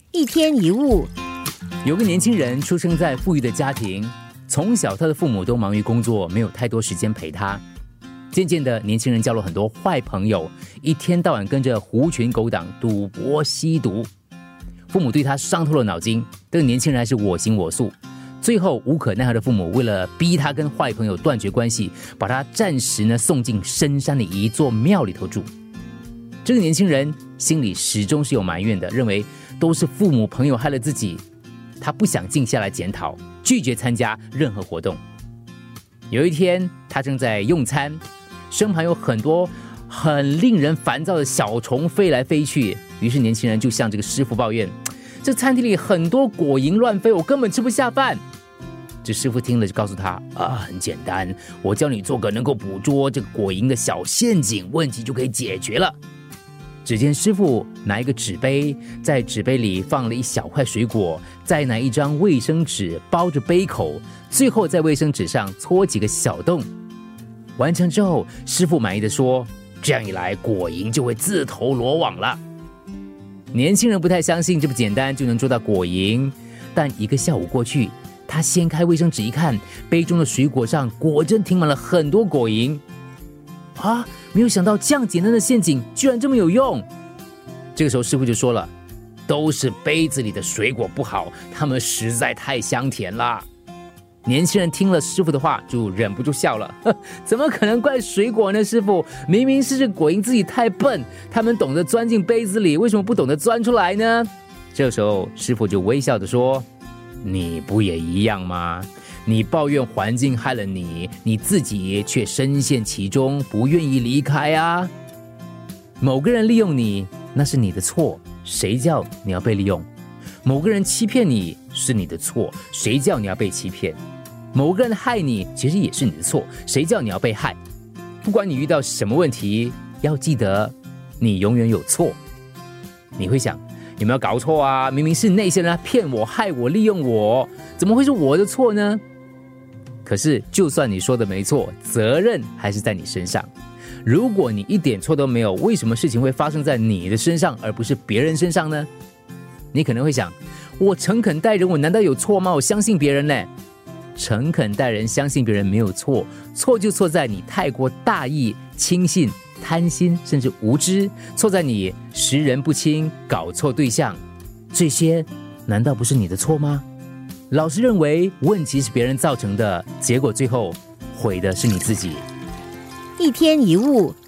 一天一物。 有个年轻人出生在富裕的家庭，从小他的父母都忙于工作，没有太多时间陪他。渐渐的，年轻人交了很多坏朋友，一天到晚跟着狐群狗党赌博吸毒。父母对他伤透了脑筋，这个年轻人还是我行我素。最后无可奈何的父母为了逼他跟坏朋友断绝关系，把他暂时送进深山的一座庙里头住。这个年轻人心里始终是有埋怨的，认为都是父母朋友害了自己。他不想静下来检讨，拒绝参加任何活动。有一天，他正在用餐，身旁有很多很令人烦躁的小虫飞来飞去。于是年轻人就向这个师傅抱怨，这餐厅里很多果蝇乱飞，我根本吃不下饭。这师傅听了就告诉他，很简单，我教你做个能够捕捉这个果蝇的小陷阱，问题就可以解决了。只见师傅拿一个纸杯，在纸杯里放了一小块水果，再拿一张卫生纸包着杯口，最后在卫生纸上戳几个小洞。完成之后，师傅满意的说，这样一来果蝇就会自投罗网了。年轻人不太相信这么简单就能捉到果蝇，但一个下午过去，他掀开卫生纸一看，杯中的水果上果真停满了很多果蝇。没有想到这样简单的陷阱居然这么有用。这个时候师傅就说了，都是杯子里的水果不好，它们实在太香甜了。年轻人听了师傅的话就忍不住笑了，怎么可能怪水果呢？师傅，明明是这果蝇自己太笨，他们懂得钻进杯子里，为什么不懂得钻出来呢？这个时候师傅就微笑地说，你不也一样吗？你抱怨环境害了你，你自己却深陷其中，不愿意离开啊。某个人利用你，那是你的错，谁叫你要被利用？某个人欺骗你，是你的错，谁叫你要被欺骗？某个人害你，其实也是你的错，谁叫你要被害？不管你遇到什么问题，要记得你永远有错。你会想，有没有搞错啊？明明是那些人骗我、害我、利用我，怎么会是我的错呢？可是就算你说的没错，责任还是在你身上。如果你一点错都没有，为什么事情会发生在你的身上而不是别人身上呢？你可能会想，我诚恳待人，我难道有错吗？我相信别人呢。诚恳待人，相信别人没有错，错就错在你太过大意、轻信、贪心，甚至无知，错在你识人不清，搞错对象。这些难道不是你的错吗？老是认为问题是别人造成的，结果最后毁的是你自己。 一天一物。